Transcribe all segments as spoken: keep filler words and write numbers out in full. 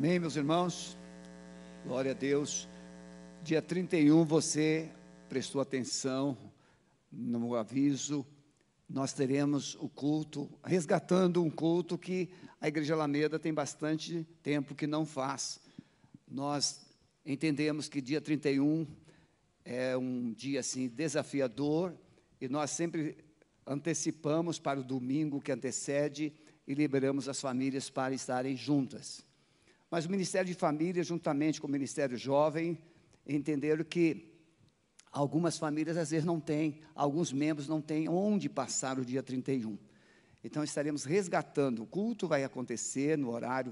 Amém, meus irmãos? Glória a Deus. Dia trinta e um, você prestou atenção no aviso, nós teremos o culto, resgatando um culto que a Igreja Alameda tem bastante tempo que não faz. Nós entendemos que dia trinta e um é um dia assim desafiador, e nós sempre antecipamos para o domingo que antecede e liberamos as famílias para estarem juntas. Mas o Ministério de Família, juntamente com o Ministério Jovem, entenderam que algumas famílias às vezes não têm, alguns membros não têm onde passar o dia trinta e um. Então estaremos resgatando. O culto vai acontecer no horário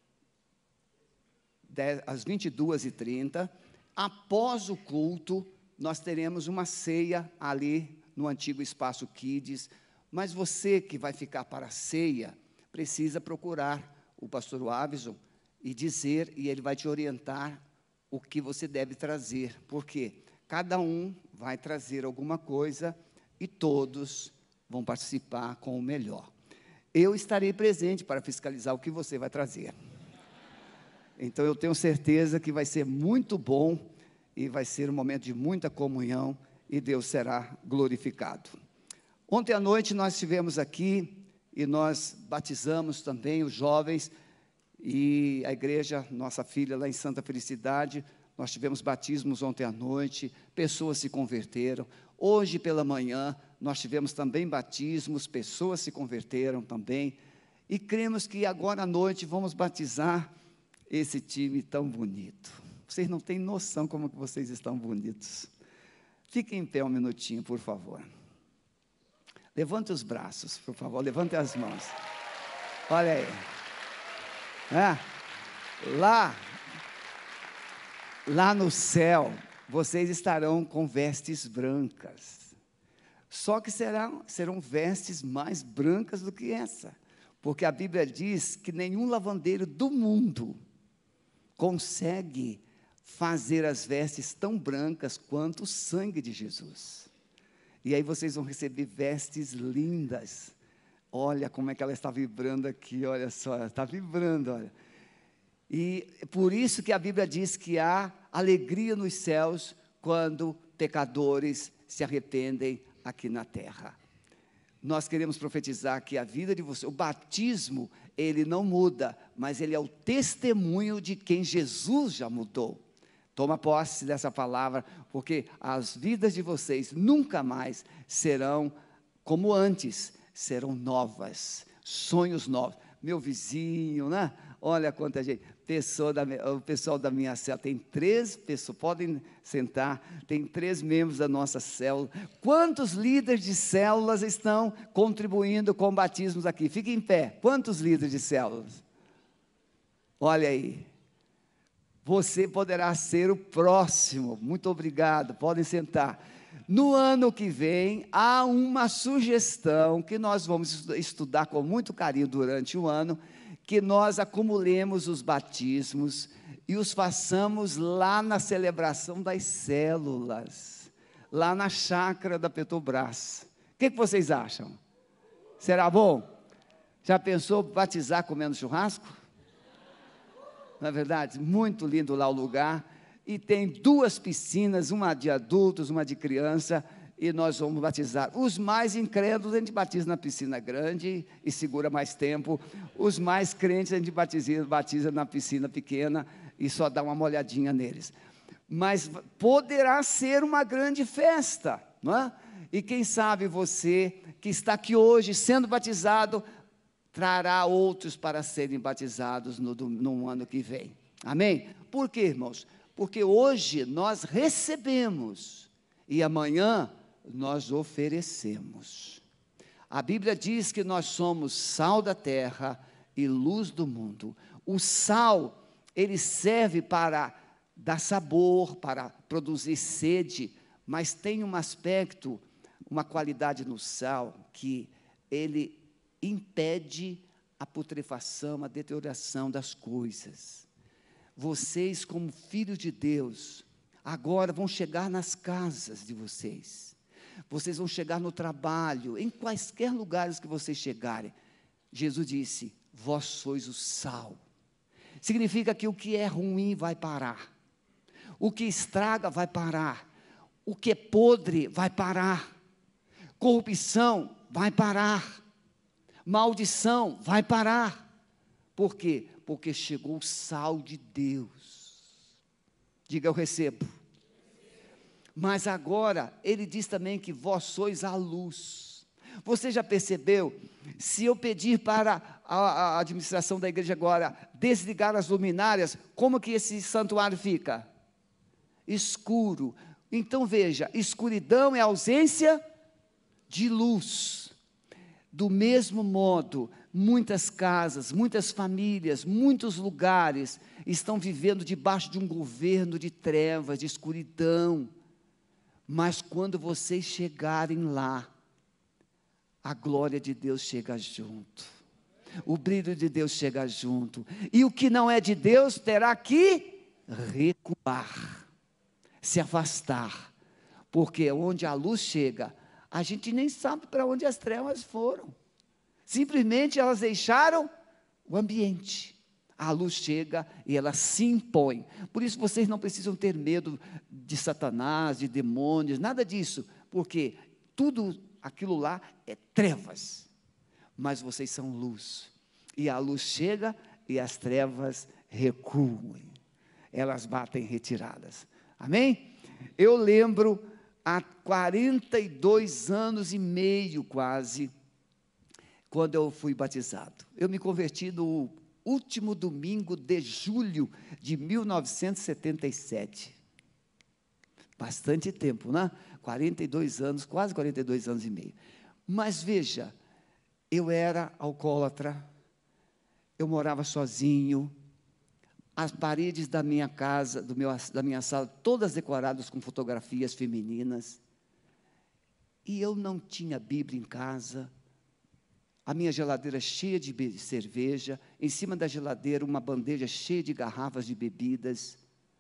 às vinte e duas e trinta. Após o culto, nós teremos uma ceia ali no antigo Espaço Kids. Mas você que vai ficar para a ceia, precisa procurar o pastor Wavison e dizer, e ele vai te orientar o que você deve trazer. Por quê? Cada um vai trazer alguma coisa e todos vão participar com o melhor. Eu estarei presente para fiscalizar o que você vai trazer. Então, eu tenho certeza que vai ser muito bom e vai ser um momento de muita comunhão e Deus será glorificado. Ontem à noite nós estivemos aqui e nós batizamos também os jovens e a igreja, nossa filha lá em Santa Felicidade. Nós tivemos batismos ontem à noite, pessoas se converteram. Hoje pela manhã, nós tivemos também batismos, pessoas se converteram também. E cremos que agora à noite vamos batizar esse time tão bonito. Vocês não têm noção como que vocês estão bonitos. Fiquem em pé um minutinho, por favor. Levante os braços, por favor, levante as mãos. Olha aí. É, lá... Lá no céu, vocês estarão com vestes brancas. Só que serão, serão vestes mais brancas do que essa. Porque a Bíblia diz que nenhum lavandeiro do mundo consegue fazer as vestes tão brancas quanto o sangue de Jesus. E aí vocês vão receber vestes lindas. Olha como é que ela está vibrando aqui, olha só, ela está vibrando, olha. E por isso que a Bíblia diz que há alegria nos céus quando pecadores se arrependem aqui na terra. Nós queremos profetizar que a vida de você, o batismo, ele não muda, mas ele é o testemunho de quem Jesus já mudou. Toma posse dessa palavra, porque as vidas de vocês nunca mais serão como antes, serão novas, sonhos novos. Meu vizinho, né? Olha quanta gente, pessoa da, o pessoal da minha célula, tem três pessoas, podem sentar, tem três membros da nossa célula. Quantos líderes de células estão contribuindo com batismos aqui? Fique em pé, quantos líderes de células? Olha aí, você poderá ser o próximo, muito obrigado, podem sentar. No ano que vem, há uma sugestão que nós vamos estudar com muito carinho durante o ano, que nós acumulemos os batismos e os façamos lá na celebração das células, lá na chácara da Petrobras. O que, que vocês acham? Será bom? Já pensou batizar comendo churrasco? Não é verdade? Muito lindo lá o lugar. E tem duas piscinas, uma de adultos, uma de criança, e nós vamos batizar. Os mais incrédulos, a gente batiza na piscina grande e segura mais tempo. Os mais crentes, a gente batiza, batiza na piscina pequena e só dá uma molhadinha neles. Mas poderá ser uma grande festa, não é? E quem sabe você, que está aqui hoje sendo batizado, trará outros para serem batizados no, no ano que vem. Amém? Por quê, irmãos? Porque hoje nós recebemos e amanhã nós oferecemos. A Bíblia diz que nós somos sal da terra e luz do mundo. O sal, ele serve para dar sabor, para produzir sede, mas tem um aspecto, uma qualidade no sal, que ele impede a putrefação, a deterioração das coisas. Vocês, como filhos de Deus, agora vão chegar nas casas de vocês. Vocês vão chegar no trabalho, em quaisquer lugares que vocês chegarem. Jesus disse, vós sois o sal. Significa que o que é ruim vai parar. O que estraga vai parar. O que é podre vai parar. Corrupção vai parar. Maldição vai parar. Por quê? Porque chegou o sal de Deus. Diga, eu recebo. Mas agora, ele diz também que vós sois a luz. Você já percebeu? Se eu pedir para a, a administração da igreja agora desligar as luminárias, como que esse santuário fica? Escuro. Então veja, escuridão é ausência de luz. Do mesmo modo, muitas casas, muitas famílias, muitos lugares estão vivendo debaixo de um governo de trevas, de escuridão. Mas quando vocês chegarem lá, a glória de Deus chega junto. O brilho de Deus chega junto. E o que não é de Deus terá que recuar, se afastar. Porque onde a luz chega, a gente nem sabe para onde as trevas foram. Simplesmente elas deixaram o ambiente. A luz chega e ela se impõe. Por isso vocês não precisam ter medo de Satanás, de demônios, nada disso. Porque tudo aquilo lá é trevas. Mas vocês são luz. E a luz chega e as trevas recuam. Elas batem retiradas. Amém? Eu lembro, há quarenta e dois anos e meio quase, quando eu fui batizado. Eu me converti no último domingo de julho de mil novecentos e setenta e sete. Bastante tempo, né? quarenta e dois anos, quase quarenta e dois anos e meio. Mas veja, eu era alcoólatra, eu morava sozinho, as paredes da minha casa, do meu, da minha sala, todas decoradas com fotografias femininas, e eu não tinha Bíblia em casa, a minha geladeira cheia de cerveja, em cima da geladeira uma bandeja cheia de garrafas de bebidas,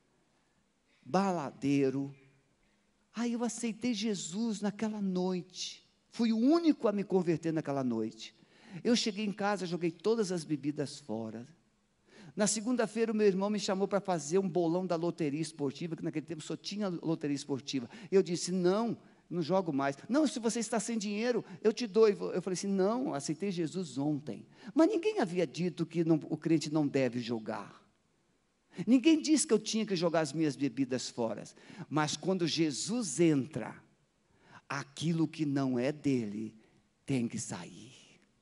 baladeiro. Aí eu aceitei Jesus naquela noite, fui o único a me converter naquela noite. Eu cheguei em casa, joguei todas as bebidas fora. Na segunda-feira o meu irmão me chamou para fazer um bolão da loteria esportiva, que naquele tempo só tinha loteria esportiva. Eu disse, não, não jogo mais. Não, se você está sem dinheiro, eu te dou. Eu falei assim, não, aceitei Jesus ontem. Mas ninguém havia dito que não, o crente não deve jogar. Ninguém disse que eu tinha que jogar as minhas bebidas fora. Mas quando Jesus entra, aquilo que não é dele tem que sair.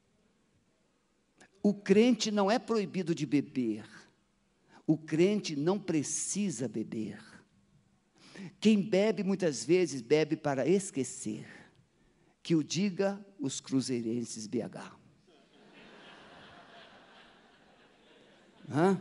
O crente não é proibido de beber. O crente não precisa beber. Quem bebe muitas vezes bebe para esquecer. Que o diga os cruzeirenses B H. Hã?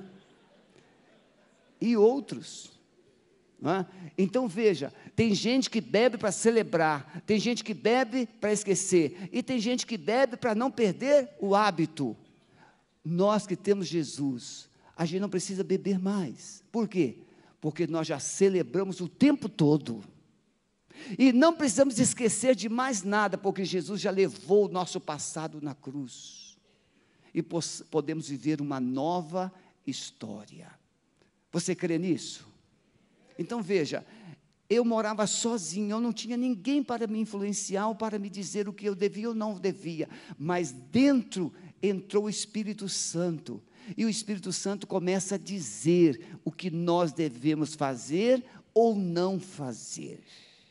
E outros. Hã? Então veja, tem gente que bebe para celebrar, tem gente que bebe para esquecer, e tem gente que bebe para não perder o hábito. Nós que temos Jesus, a gente não precisa beber mais. Por quê? Porque nós já celebramos o tempo todo. E não precisamos esquecer de mais nada, porque Jesus já levou o nosso passado na cruz. E podemos viver uma nova história. Você crê nisso? Então veja, eu morava sozinho, eu não tinha ninguém para me influenciar ou para me dizer o que eu devia ou não devia. Mas dentro entrou o Espírito Santo, e o Espírito Santo começa a dizer o que nós devemos fazer ou não fazer.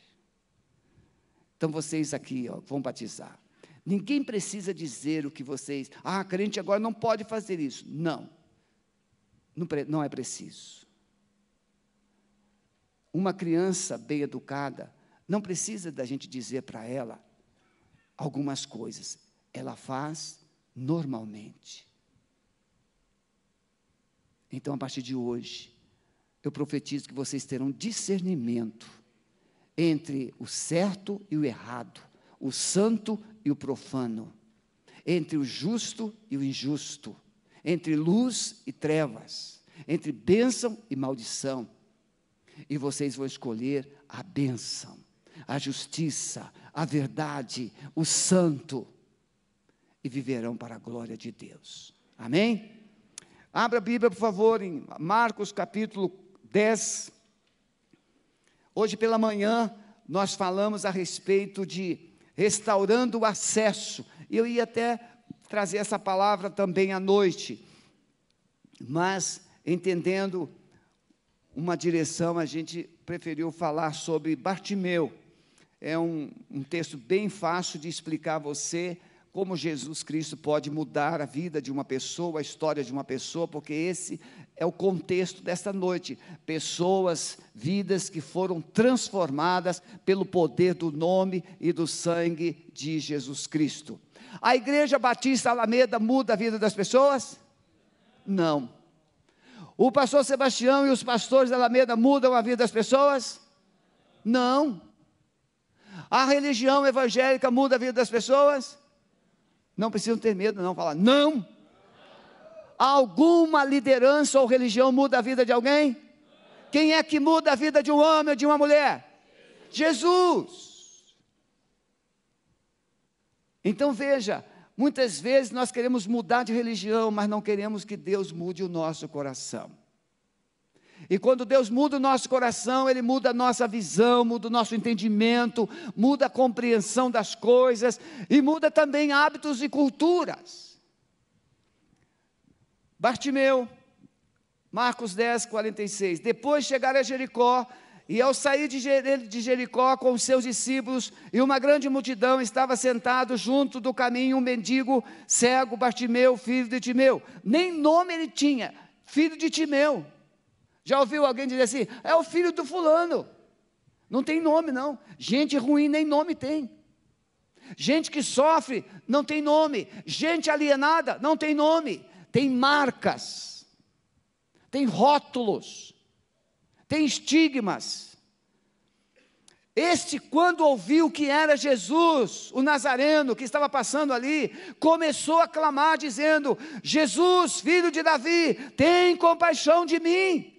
Então vocês aqui ó, vão batizar. Ninguém precisa dizer o que vocês, ah, crente agora não pode fazer isso. Não, não, não é preciso. Uma criança bem educada, não precisa da gente dizer para ela algumas coisas, ela faz normalmente. Então, a partir de hoje, eu profetizo que vocês terão discernimento entre o certo e o errado, o santo e o profano, entre o justo e o injusto, entre luz e trevas, entre bênção e maldição. E vocês vão escolher a bênção, a justiça, a verdade, o santo, e viverão para a glória de Deus. Amém? Abra a Bíblia, por favor, em Marcos capítulo dez. Hoje pela manhã, nós falamos a respeito de restaurando o acesso. Eu ia até trazer essa palavra também à noite, mas entendendo uma direção, a gente preferiu falar sobre Bartimeu. É um, um texto bem fácil de explicar a você como Jesus Cristo pode mudar a vida de uma pessoa, a história de uma pessoa, porque esse é o contexto desta noite. Pessoas, vidas que foram transformadas pelo poder do nome e do sangue de Jesus Cristo. A Igreja Batista Alameda muda a vida das pessoas? Não. O pastor Sebastião e os pastores da Alameda mudam a vida das pessoas? Não. A religião evangélica muda a vida das pessoas? Não precisam ter medo, não, falar não. Alguma liderança ou religião muda a vida de alguém? Quem é que muda a vida de um homem ou de uma mulher? Jesus. Então veja, muitas vezes nós queremos mudar de religião, mas não queremos que Deus mude o nosso coração. E quando Deus muda o nosso coração, Ele muda a nossa visão, muda o nosso entendimento, muda a compreensão das coisas, e muda também hábitos e culturas. Bartimeu, Marcos dez, quarenta e seis, depois chegaram a Jericó, e ao sair de Jericó com os seus discípulos, e uma grande multidão, estava sentado junto do caminho um mendigo cego, Bartimeu, filho de Timeu. Nem nome ele tinha, filho de Timeu. Já ouviu alguém dizer assim, é o filho do fulano? Não tem nome não. Gente ruim nem nome tem. Gente que sofre não tem nome. Gente alienada não tem nome. Tem marcas, tem rótulos, tem estigmas. Este, quando ouviu que era Jesus, o Nazareno, que estava passando ali, começou a clamar dizendo, Jesus, filho de Davi, tem compaixão de mim.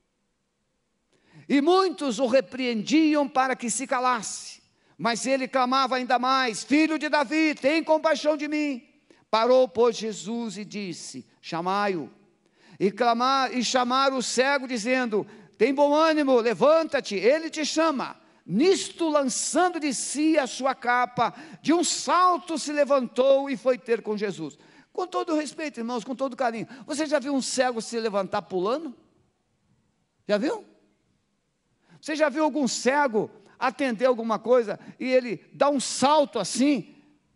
E muitos o repreendiam para que se calasse, mas ele clamava ainda mais, filho de Davi, tem compaixão de mim. Parou, pois, Jesus e disse, chamai-o. E, clamar, e chamaram o cego, dizendo, tem bom ânimo, levanta-te, ele te chama. Nisto, lançando de si a sua capa, de um salto se levantou e foi ter com Jesus. Com todo respeito, irmãos, com todo carinho, você já viu um cego se levantar pulando? Já viu? Você já viu algum cego atender alguma coisa e ele dá um salto assim?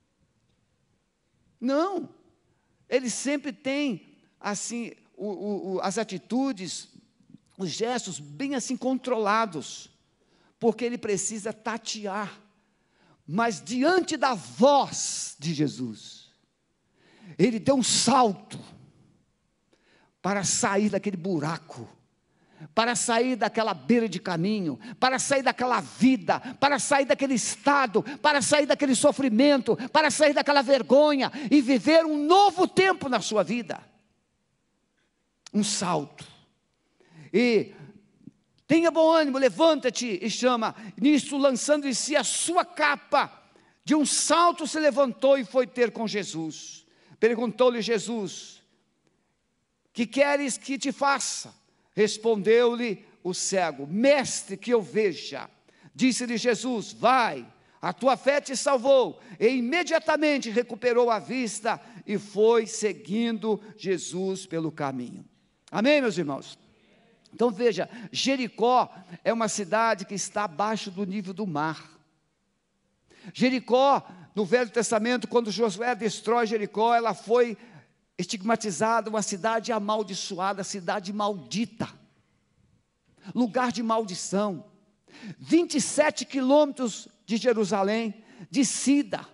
Não, ele sempre tem assim, o, o, as atitudes, os gestos bem assim controlados, porque ele precisa tatear, mas diante da voz de Jesus, ele deu um salto, para sair daquele buraco, para sair daquela beira de caminho, para sair daquela vida, para sair daquele estado, para sair daquele sofrimento, para sair daquela vergonha, e viver um novo tempo na sua vida, um salto, e tenha bom ânimo, levanta-te, e chama, nisso lançando em si a sua capa, de um salto se levantou e foi ter com Jesus. Perguntou-lhe Jesus, que queres que te faça? Respondeu-lhe o cego, mestre, que eu veja. Disse-lhe Jesus, vai, a tua fé te salvou. E imediatamente recuperou a vista e foi seguindo Jesus pelo caminho. Amém, meus irmãos? Então veja, Jericó é uma cidade que está abaixo do nível do mar. Jericó, no Velho Testamento, quando Josué destrói Jericó, ela foi estigmatizada, uma cidade amaldiçoada, cidade maldita, lugar de maldição. vinte e sete quilômetros de Jerusalém, de Sida,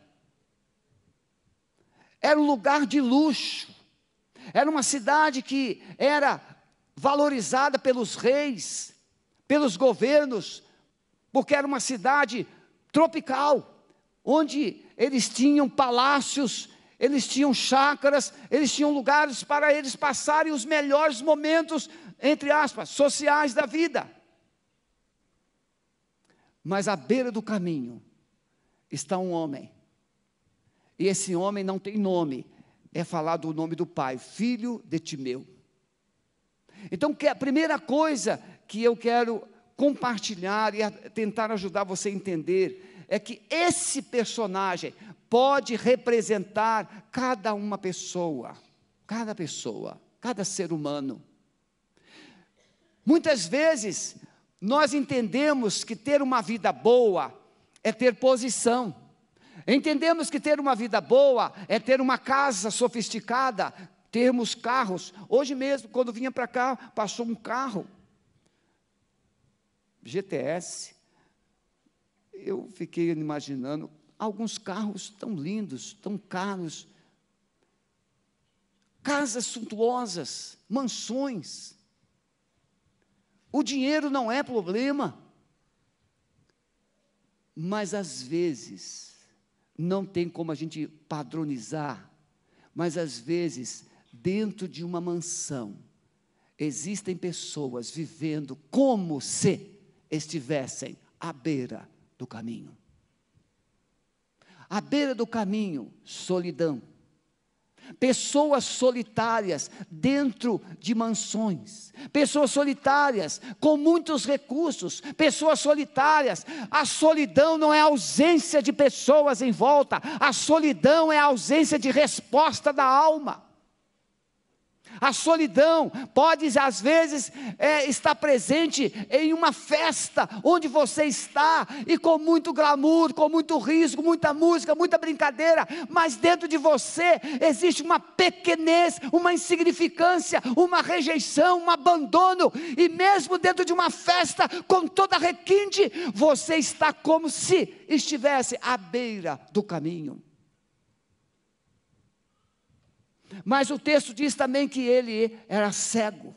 era um lugar de luxo, era uma cidade que era valorizada pelos reis, pelos governos, porque era uma cidade tropical, onde eles tinham palácios, eles tinham chácaras, eles tinham lugares para eles passarem os melhores momentos, entre aspas, sociais da vida. Mas à beira do caminho está um homem, e esse homem não tem nome, é falado o nome do pai, filho de Timeu. Então, que a primeira coisa que eu quero compartilhar e tentar ajudar você a entender é que esse personagem pode representar cada uma pessoa, cada pessoa, cada ser humano. Muitas vezes, nós entendemos que ter uma vida boa é ter posição. Entendemos que ter uma vida boa é ter uma casa sofisticada, termos carros. Hoje mesmo, quando vinha para cá, passou um carro, G T S, eu fiquei imaginando, alguns carros tão lindos, tão caros, casas suntuosas, mansões. O dinheiro não é problema, mas às vezes, não tem como a gente padronizar, mas às vezes, dentro de uma mansão, existem pessoas vivendo como se estivessem à beira do caminho. À beira do caminho, solidão. Pessoas solitárias dentro de mansões, pessoas solitárias com muitos recursos, pessoas solitárias. A solidão não é a ausência de pessoas em volta, a solidão é a ausência de resposta da alma. A solidão pode, às vezes, é, estar presente em uma festa onde você está, e com muito glamour, com muito riso, muita música, muita brincadeira, mas dentro de você existe uma pequenez, uma insignificância, uma rejeição, um abandono, e mesmo dentro de uma festa, com toda requinte, você está como se estivesse à beira do caminho. Mas o texto diz também que ele era cego.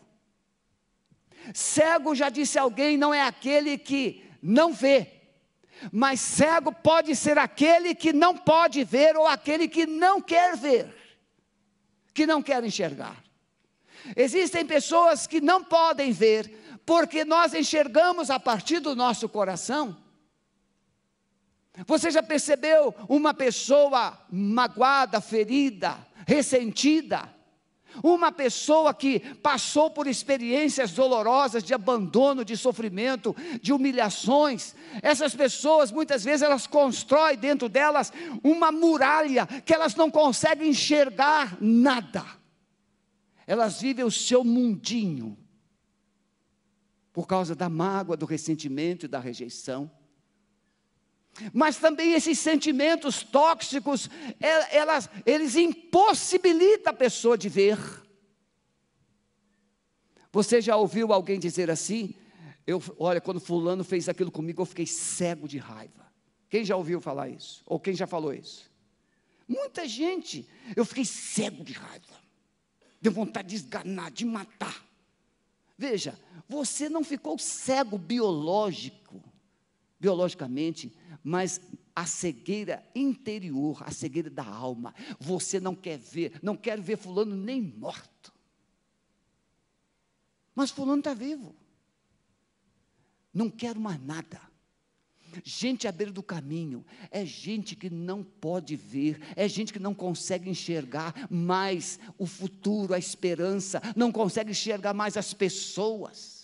Cego, já disse alguém, não é aquele que não vê, mas cego pode ser aquele que não pode ver, ou aquele que não quer ver, que não quer enxergar. Existem pessoas que não podem ver, porque nós enxergamos a partir do nosso coração. Você já percebeu uma pessoa magoada, ferida, ressentida? Uma pessoa que passou por experiências dolorosas de abandono, de sofrimento, de humilhações. Essas pessoas, muitas vezes, elas constroem dentro delas uma muralha, que elas não conseguem enxergar nada. Elas vivem o seu mundinho, por causa da mágoa, do ressentimento e da rejeição. Mas também esses sentimentos tóxicos, elas, eles impossibilitam a pessoa de ver. Você já ouviu alguém dizer assim? Eu, olha, quando fulano fez aquilo comigo, eu fiquei cego de raiva. Quem já ouviu falar isso? Ou quem já falou isso? Muita gente. Eu fiquei cego de raiva. Deu vontade de esganar, de matar. Veja, você não ficou cego biológico, biologicamente, mas a cegueira interior, a cegueira da alma. Você não quer ver, não quer ver fulano nem morto. Mas fulano está vivo. Não quero mais nada. Gente à beira do caminho, é gente que não pode ver, é gente que não consegue enxergar mais o futuro, a esperança, não consegue enxergar mais as pessoas.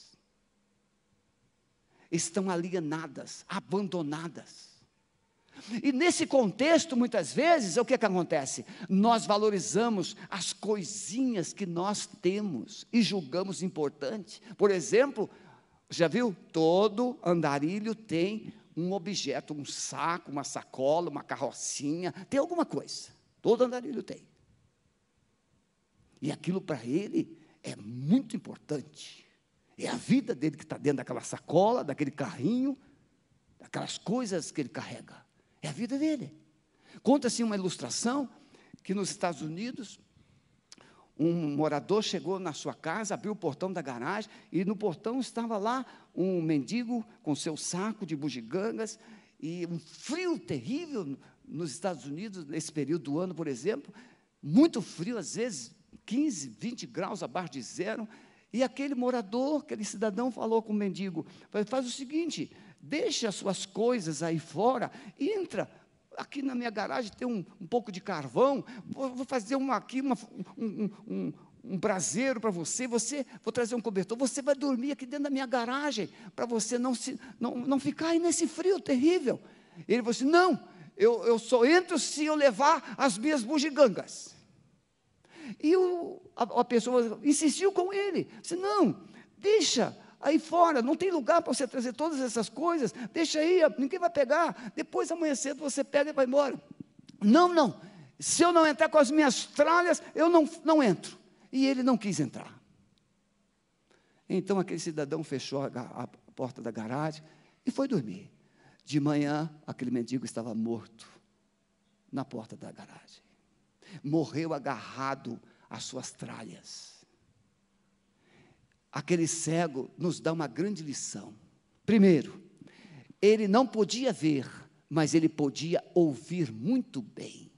Estão alienadas, abandonadas. E nesse contexto, muitas vezes, o que é que acontece? Nós valorizamos as coisinhas que nós temos e julgamos importante. Por exemplo, já viu? Todo andarilho tem um objeto, um saco, uma sacola, uma carrocinha, tem alguma coisa. Todo andarilho tem. E aquilo para ele é muito importante. É a vida dele que está dentro daquela sacola, daquele carrinho, daquelas coisas que ele carrega. É a vida dele. Conta-se uma ilustração que nos Estados Unidos, um morador chegou na sua casa, abriu o portão da garagem, e no portão estava lá um mendigo com seu saco de bugigangas, e um frio terrível nos Estados Unidos, nesse período do ano, por exemplo, muito frio, às vezes quinze, vinte graus abaixo de zero. E aquele morador, aquele cidadão falou com o mendigo, faz o seguinte, deixa as suas coisas aí fora, entra, aqui na minha garagem tem um, um pouco de carvão, vou, vou fazer uma, aqui uma, um, um, um braseiro para você, você, vou trazer um cobertor, você vai dormir aqui dentro da minha garagem, para você não, se, não, não ficar aí nesse frio terrível. Ele falou assim, não, eu, eu só entro se eu levar as minhas bugigangas. E o, a, a pessoa insistiu com ele, disse, não, deixa aí fora, não tem lugar para você trazer todas essas coisas, deixa aí, ninguém vai pegar, depois amanhã cedo você pega e vai embora. Não, não, se eu não entrar com as minhas tralhas, eu não, não entro. E ele não quis entrar. Então aquele cidadão fechou a, a porta da garagem e foi dormir. De manhã, aquele mendigo estava morto na porta da garagem. Morreu agarrado às suas tralhas. Aquele cego nos dá uma grande lição. Primeiro, ele não podia ver, mas ele podia ouvir muito bem.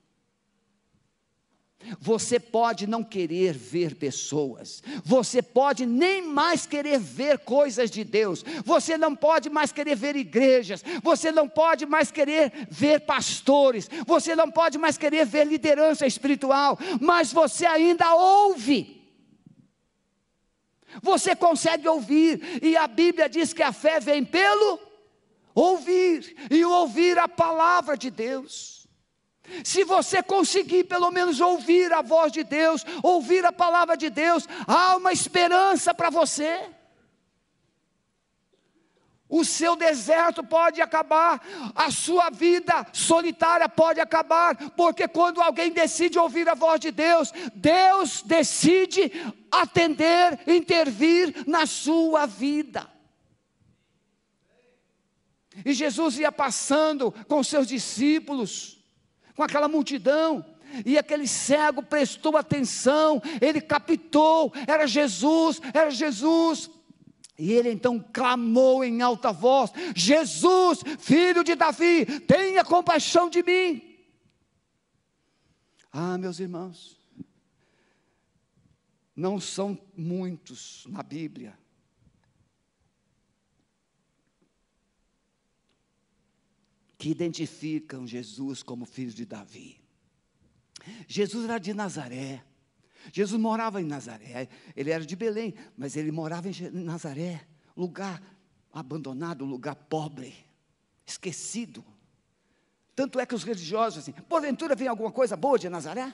Você pode não querer ver pessoas, você pode nem mais querer ver coisas de Deus, você não pode mais querer ver igrejas, você não pode mais querer ver pastores, você não pode mais querer ver liderança espiritual, mas você ainda ouve. Você consegue ouvir, e a Bíblia diz que a fé vem pelo ouvir, e ouvir a palavra de Deus. Se você conseguir pelo menos ouvir a voz de Deus, ouvir a palavra de Deus, há uma esperança para você. O seu deserto pode acabar, a sua vida solitária pode acabar, porque quando alguém decide ouvir a voz de Deus, Deus decide atender, intervir na sua vida. E Jesus ia passando com seus discípulos, com aquela multidão, e aquele cego prestou atenção, ele captou, era Jesus, era Jesus, e ele então clamou em alta voz, Jesus, filho de Davi, tenha compaixão de mim. Ah, meus irmãos, não são muitos na Bíblia que identificam Jesus como filho de Davi. Jesus era de Nazaré, Jesus morava em Nazaré, ele era de Belém, mas ele morava em Nazaré, lugar abandonado, lugar pobre, esquecido. Tanto é que os religiosos assim, porventura vem alguma coisa boa de Nazaré?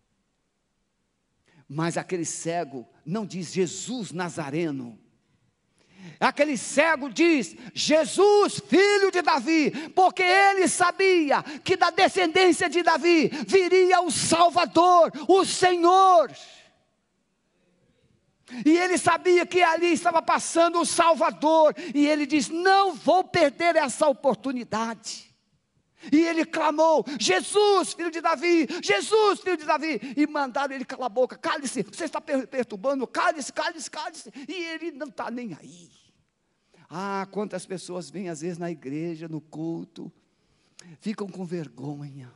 Mas aquele cego não diz Jesus Nazareno, aquele cego diz, Jesus, filho de Davi, porque ele sabia que da descendência de Davi viria o Salvador, o Senhor. E ele sabia que ali estava passando o Salvador, e ele diz, não vou perder essa oportunidade. E ele clamou, Jesus, filho de Davi, Jesus, filho de Davi, e mandaram ele calar a boca, cale-se, você está perturbando, cale-se, cale-se, cale-se, e ele não está nem aí. Ah, quantas pessoas vêm às vezes na igreja, no culto, ficam com vergonha,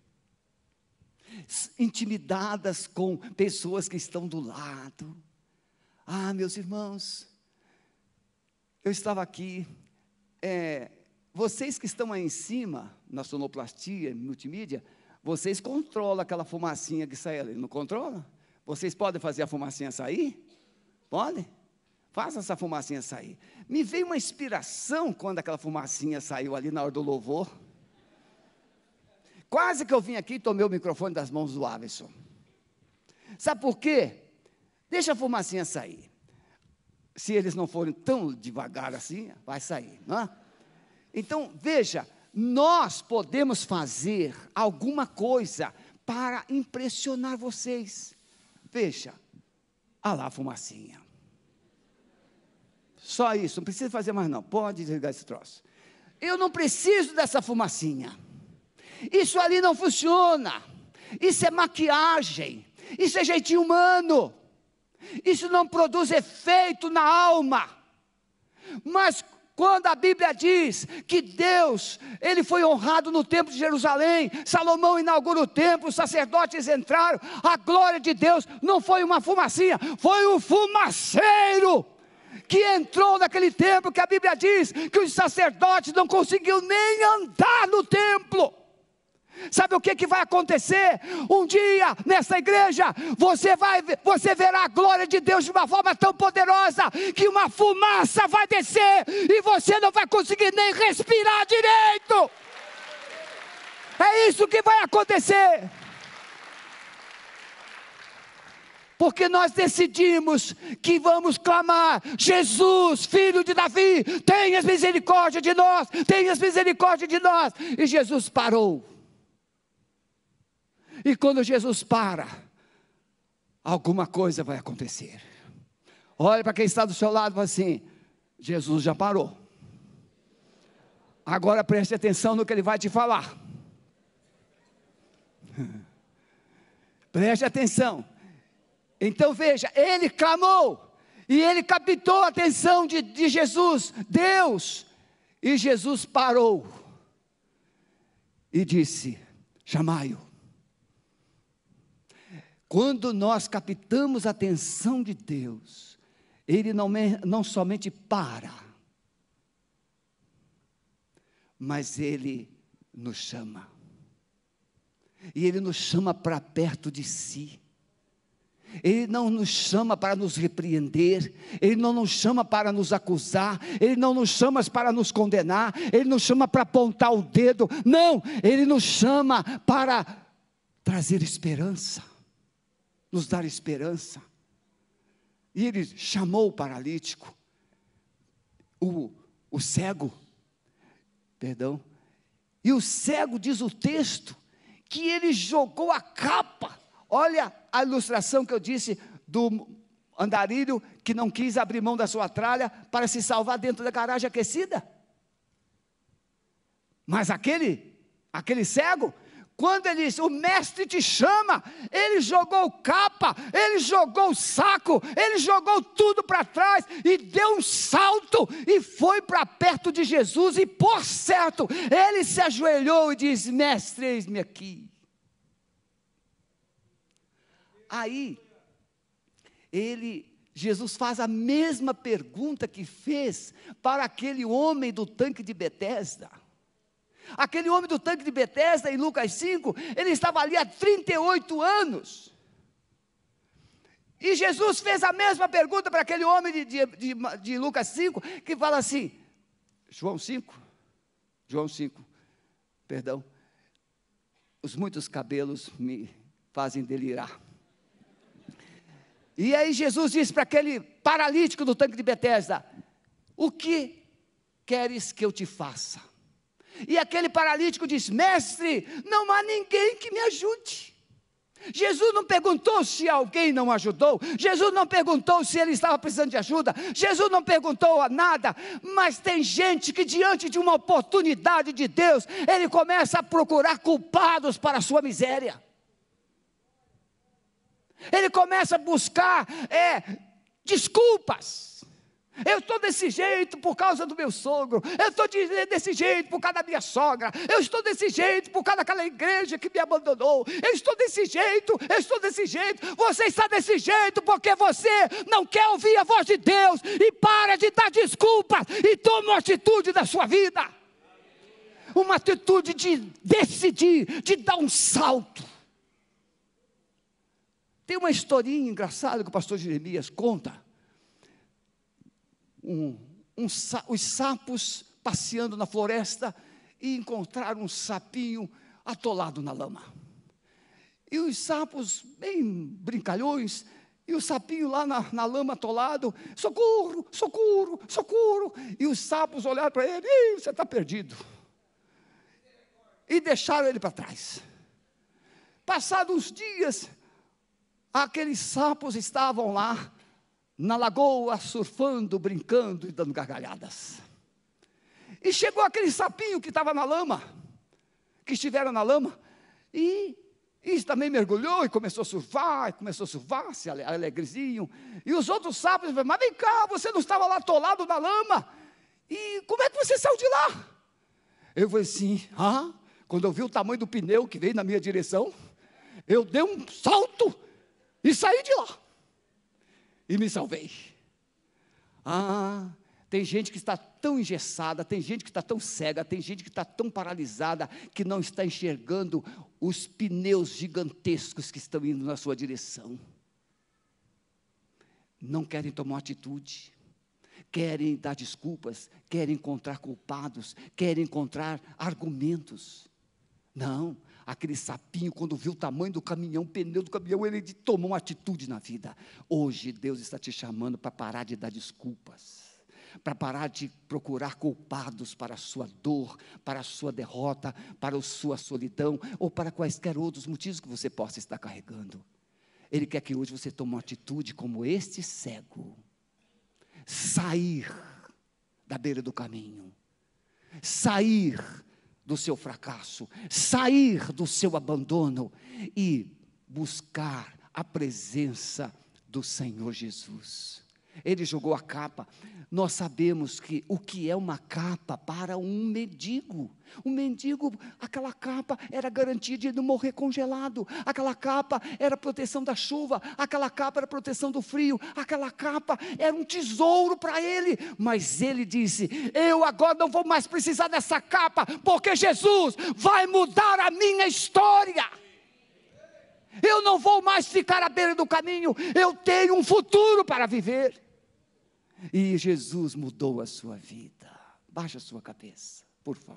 intimidadas com pessoas que estão do lado. Ah, meus irmãos, eu estava aqui, é, vocês que estão aí em cima, na sonoplastia, multimídia, vocês controlam aquela fumacinha que sai ali, não controlam? Vocês podem fazer a fumacinha sair? Podem? Faça essa fumacinha sair. Me veio uma inspiração quando aquela fumacinha saiu ali na hora do louvor. Quase que eu vim aqui e tomei o microfone das mãos do Averson. Sabe por quê? Deixa a fumacinha sair. Se eles não forem tão devagar assim, vai sair, não é? Então, veja, nós podemos fazer alguma coisa para impressionar vocês. Veja, olha lá a fumacinha. Só isso, não precisa fazer mais não, pode desligar esse troço. Eu não preciso dessa fumacinha. Isso ali não funciona. Isso é maquiagem. Isso é jeitinho humano. Isso não produz efeito na alma. Mas quando a Bíblia diz que Deus, Ele foi honrado no templo de Jerusalém, Salomão inaugura o templo, os sacerdotes entraram, a glória de Deus não foi uma fumacinha, foi um fumaceiro que entrou naquele templo, que a Bíblia diz que os sacerdotes não conseguiam nem andar no templo. Sabe o que, que vai acontecer? Um dia, nessa igreja, você, vai, você verá a glória de Deus de uma forma tão poderosa, que uma fumaça vai descer, e você não vai conseguir nem respirar direito. É isso que vai acontecer. Porque nós decidimos que vamos clamar: Jesus, filho de Davi, tenha misericórdia de nós, tenha misericórdia de nós. E Jesus parou. E quando Jesus para, alguma coisa vai acontecer. Olha para quem está do seu lado e fala assim: Jesus já parou. Agora preste atenção no que Ele vai te falar. Preste atenção. Então veja, Ele clamou, e Ele captou a atenção de, de Jesus, Deus. E Jesus parou e disse: chamai-o. Quando nós captamos a atenção de Deus, Ele não, não somente para, mas Ele nos chama. E Ele nos chama para perto de si. Ele não nos chama para nos repreender, Ele não nos chama para nos acusar, Ele não nos chama para nos condenar, Ele nos chama para apontar o dedo. Não, Ele nos chama para trazer esperança, nos dar esperança. E Ele chamou o paralítico, o, o cego, perdão, e o cego, diz o texto, que ele jogou a capa. Olha a ilustração que eu disse do andarilho que não quis abrir mão da sua tralha para se salvar dentro da garagem aquecida. Mas aquele, aquele cego, quando ele disse: o mestre te chama, ele jogou capa, ele jogou saco, ele jogou tudo para trás, e deu um salto, e foi para perto de Jesus, e por certo, ele se ajoelhou e disse: mestre, eis-me aqui. Aí, ele, Jesus faz a mesma pergunta que fez para aquele homem do tanque de Betesda. Aquele homem do tanque de Betesda, em Lucas cinco, ele estava ali há trinta e oito anos. E Jesus fez a mesma pergunta para aquele homem de, de, de, de Lucas cinco, que fala assim, João cinco, João cinco, perdão, os muitos cabelos me fazem delirar. E aí Jesus disse para aquele paralítico do tanque de Betesda: o que queres que eu te faça? E aquele paralítico disse: mestre, não há ninguém que me ajude. Jesus não perguntou se alguém não ajudou, Jesus não perguntou se ele estava precisando de ajuda, Jesus não perguntou nada, mas tem gente que diante de uma oportunidade de Deus, ele começa a procurar culpados para a sua miséria. Ele começa a buscar é, desculpas. Eu estou desse jeito por causa do meu sogro, eu estou desse jeito por causa da minha sogra, eu estou desse jeito por causa daquela igreja que me abandonou, eu estou desse jeito, eu estou desse jeito, você está desse jeito porque você não quer ouvir a voz de Deus, e para de dar desculpas, e toma uma atitude da sua vida, uma atitude de decidir, de dar um salto. Tem uma historinha engraçada que o pastor Jeremias conta. Um, um, os sapos passeando na floresta e encontraram um sapinho atolado na lama. E os sapos, bem brincalhões, e o sapinho lá na, na lama atolado: socorro, socorro, socorro. E os sapos olharam para ele: Ih, você está perdido. E deixaram ele para trás. Passados uns dias, aqueles sapos estavam lá na lagoa, surfando, brincando e dando gargalhadas. E chegou aquele sapinho que estava na lama, que estiveram na lama, e, e também mergulhou e começou a surfar, e começou a surfar, se alegrezinho. E os outros sapos falaram: mas vem cá, você não estava lá atolado na lama? E como é que você saiu de lá? Eu falei assim: ah, quando eu vi o tamanho do pneu que veio na minha direção, eu dei um salto e saí de lá, e me salvei. Ah, Tem gente que está tão engessada, tem gente que está tão cega, tem gente que está tão paralisada, que não está enxergando os pneus gigantescos que estão indo na sua direção. Não querem tomar atitude, querem dar desculpas, querem encontrar culpados, querem encontrar argumentos. Não, aquele sapinho, quando viu o tamanho do caminhão, o pneu do caminhão, ele tomou uma atitude na vida. Hoje Deus está te chamando para parar de dar desculpas, para parar de procurar culpados para a sua dor, para a sua derrota, para a sua solidão, ou para quaisquer outros motivos que você possa estar carregando. Ele quer que hoje você tome uma atitude como este cego, sair da beira do caminho, sair do seu fracasso, sair do seu abandono e buscar a presença do Senhor Jesus. Ele jogou a capa. Nós sabemos que o que é uma capa para um mendigo? Um mendigo, aquela capa era garantia de não morrer congelado, aquela capa era proteção da chuva, aquela capa era proteção do frio, aquela capa era um tesouro para ele. Mas ele disse: eu agora não vou mais precisar dessa capa, porque Jesus vai mudar a minha história. Eu não vou mais ficar à beira do caminho, eu tenho um futuro para viver. E Jesus mudou a sua vida. Baixa a sua cabeça, por favor.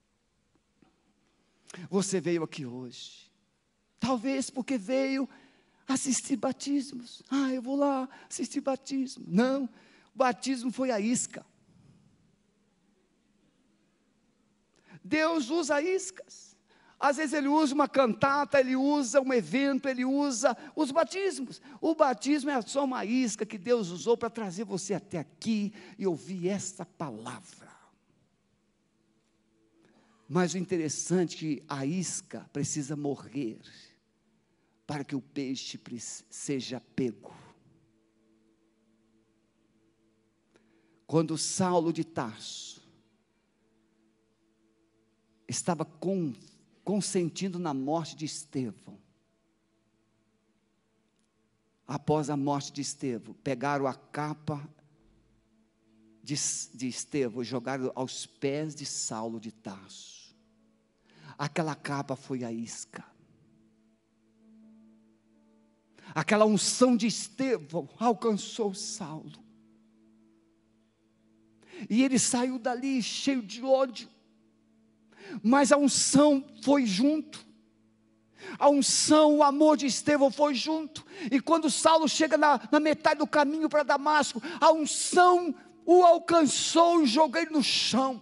Você veio aqui hoje, talvez porque veio assistir batismos. Ah, eu vou lá assistir batismo. Não, o batismo foi a isca. Deus usa iscas. Às vezes Ele usa uma cantata, Ele usa um evento, Ele usa os batismos. O batismo é só uma isca que Deus usou para trazer você até aqui e ouvir esta palavra. Mas o interessante é que a isca precisa morrer para que o peixe seja pego. Quando Saulo de Tarso estava com consentindo na morte de Estevão. Após a morte de Estevão, pegaram a capa de, de Estevão e jogaram aos pés de Saulo de Tarso. Aquela capa foi a isca. Aquela unção de Estevão alcançou Saulo. E ele saiu dali cheio de ódio. Mas a unção foi junto, a unção, o amor de Estevão foi junto, e quando Saulo chega na, na metade do caminho para Damasco, a unção o alcançou e jogou ele no chão,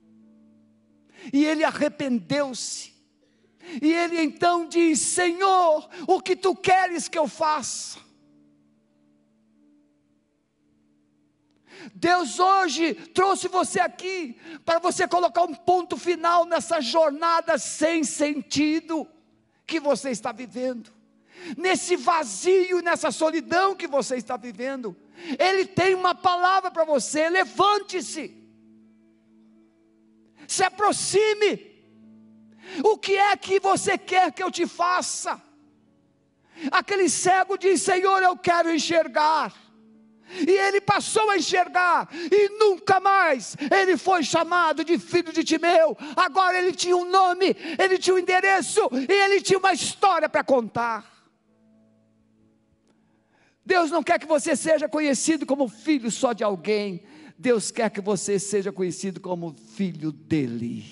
e ele arrependeu-se, e ele então diz: Senhor, o que tu queres que eu faça? Deus hoje trouxe você aqui para você colocar um ponto final nessa jornada sem sentido que você está vivendo, nesse vazio, nessa solidão que você está vivendo. Ele tem uma palavra para você: levante-se, se aproxime. O que é que você quer que eu te faça? Aquele cego diz: Senhor, eu quero enxergar. E ele passou a enxergar, e nunca mais ele foi chamado de filho de Timeu. Agora ele tinha um nome, ele tinha um endereço, e ele tinha uma história para contar. Deus não quer que você seja conhecido como filho só de alguém. Deus quer que você seja conhecido como filho dele,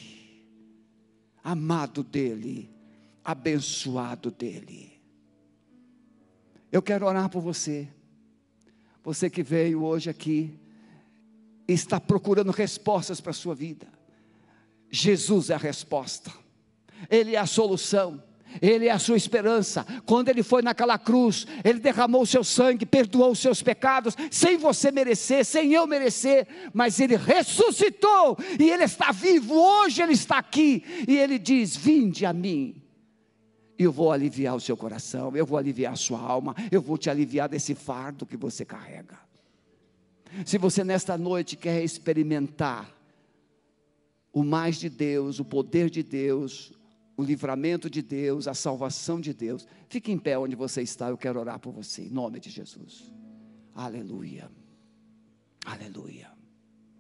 amado dele, abençoado dele. Eu quero orar por você. Você que veio hoje aqui, está procurando respostas para a sua vida. Jesus é a resposta, Ele é a solução, Ele é a sua esperança. Quando Ele foi naquela cruz, Ele derramou o seu sangue, perdoou os seus pecados, sem você merecer, sem eu merecer, mas Ele ressuscitou, e Ele está vivo, hoje Ele está aqui, e Ele diz: vinde a mim, eu vou aliviar o seu coração, eu vou aliviar a sua alma, eu vou te aliviar desse fardo que você carrega. Se você nesta noite quer experimentar o mais de Deus, o poder de Deus, o livramento de Deus, a salvação de Deus, fique em pé onde você está. Eu quero orar por você, em nome de Jesus. Aleluia, aleluia.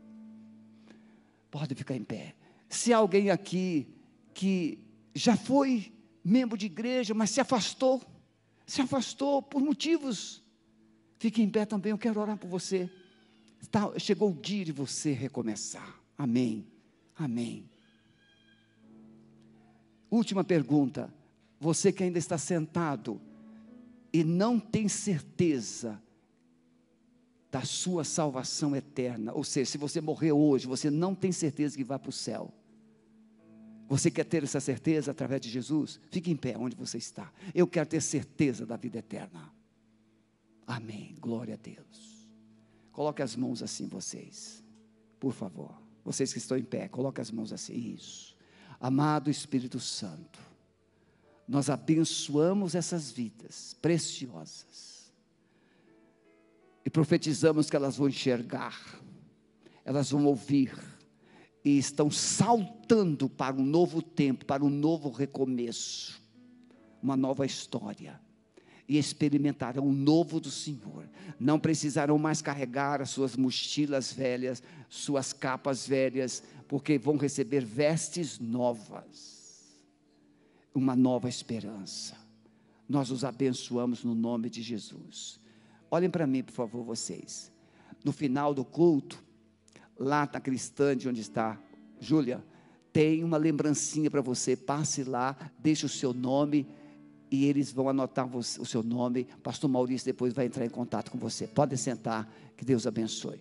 Pode ficar em pé. Se há alguém aqui que já foi membro de igreja, mas se afastou, se afastou por motivos, fique em pé também, eu quero orar por você. Tá, chegou o dia de você recomeçar. Amém, amém. Última pergunta, você que ainda está sentado e não tem certeza da sua salvação eterna, ou seja, se você morrer hoje, você não tem certeza que vai para o céu. Você quer ter essa certeza através de Jesus? Fique em pé onde você está. Eu quero ter certeza da vida eterna. Amém, glória a Deus. Coloque as mãos assim vocês, por favor. Vocês que estão em pé, coloque as mãos assim, isso. Amado Espírito Santo, nós abençoamos essas vidas preciosas. E profetizamos que elas vão enxergar, elas vão ouvir, e estão saltando para um novo tempo, para um novo recomeço, uma nova história, e experimentarão o novo do Senhor. Não precisarão mais carregar as suas mochilas velhas, suas capas velhas, porque vão receber vestes novas, uma nova esperança. Nós os abençoamos no nome de Jesus. Olhem para mim, por favor, vocês. No final do culto, lá na Cristande, onde está Júlia, tem uma lembrancinha para você. Passe lá, deixe o seu nome, e eles vão anotar o seu nome. Pastor Maurício depois vai entrar em contato com você. Pode sentar, que Deus abençoe.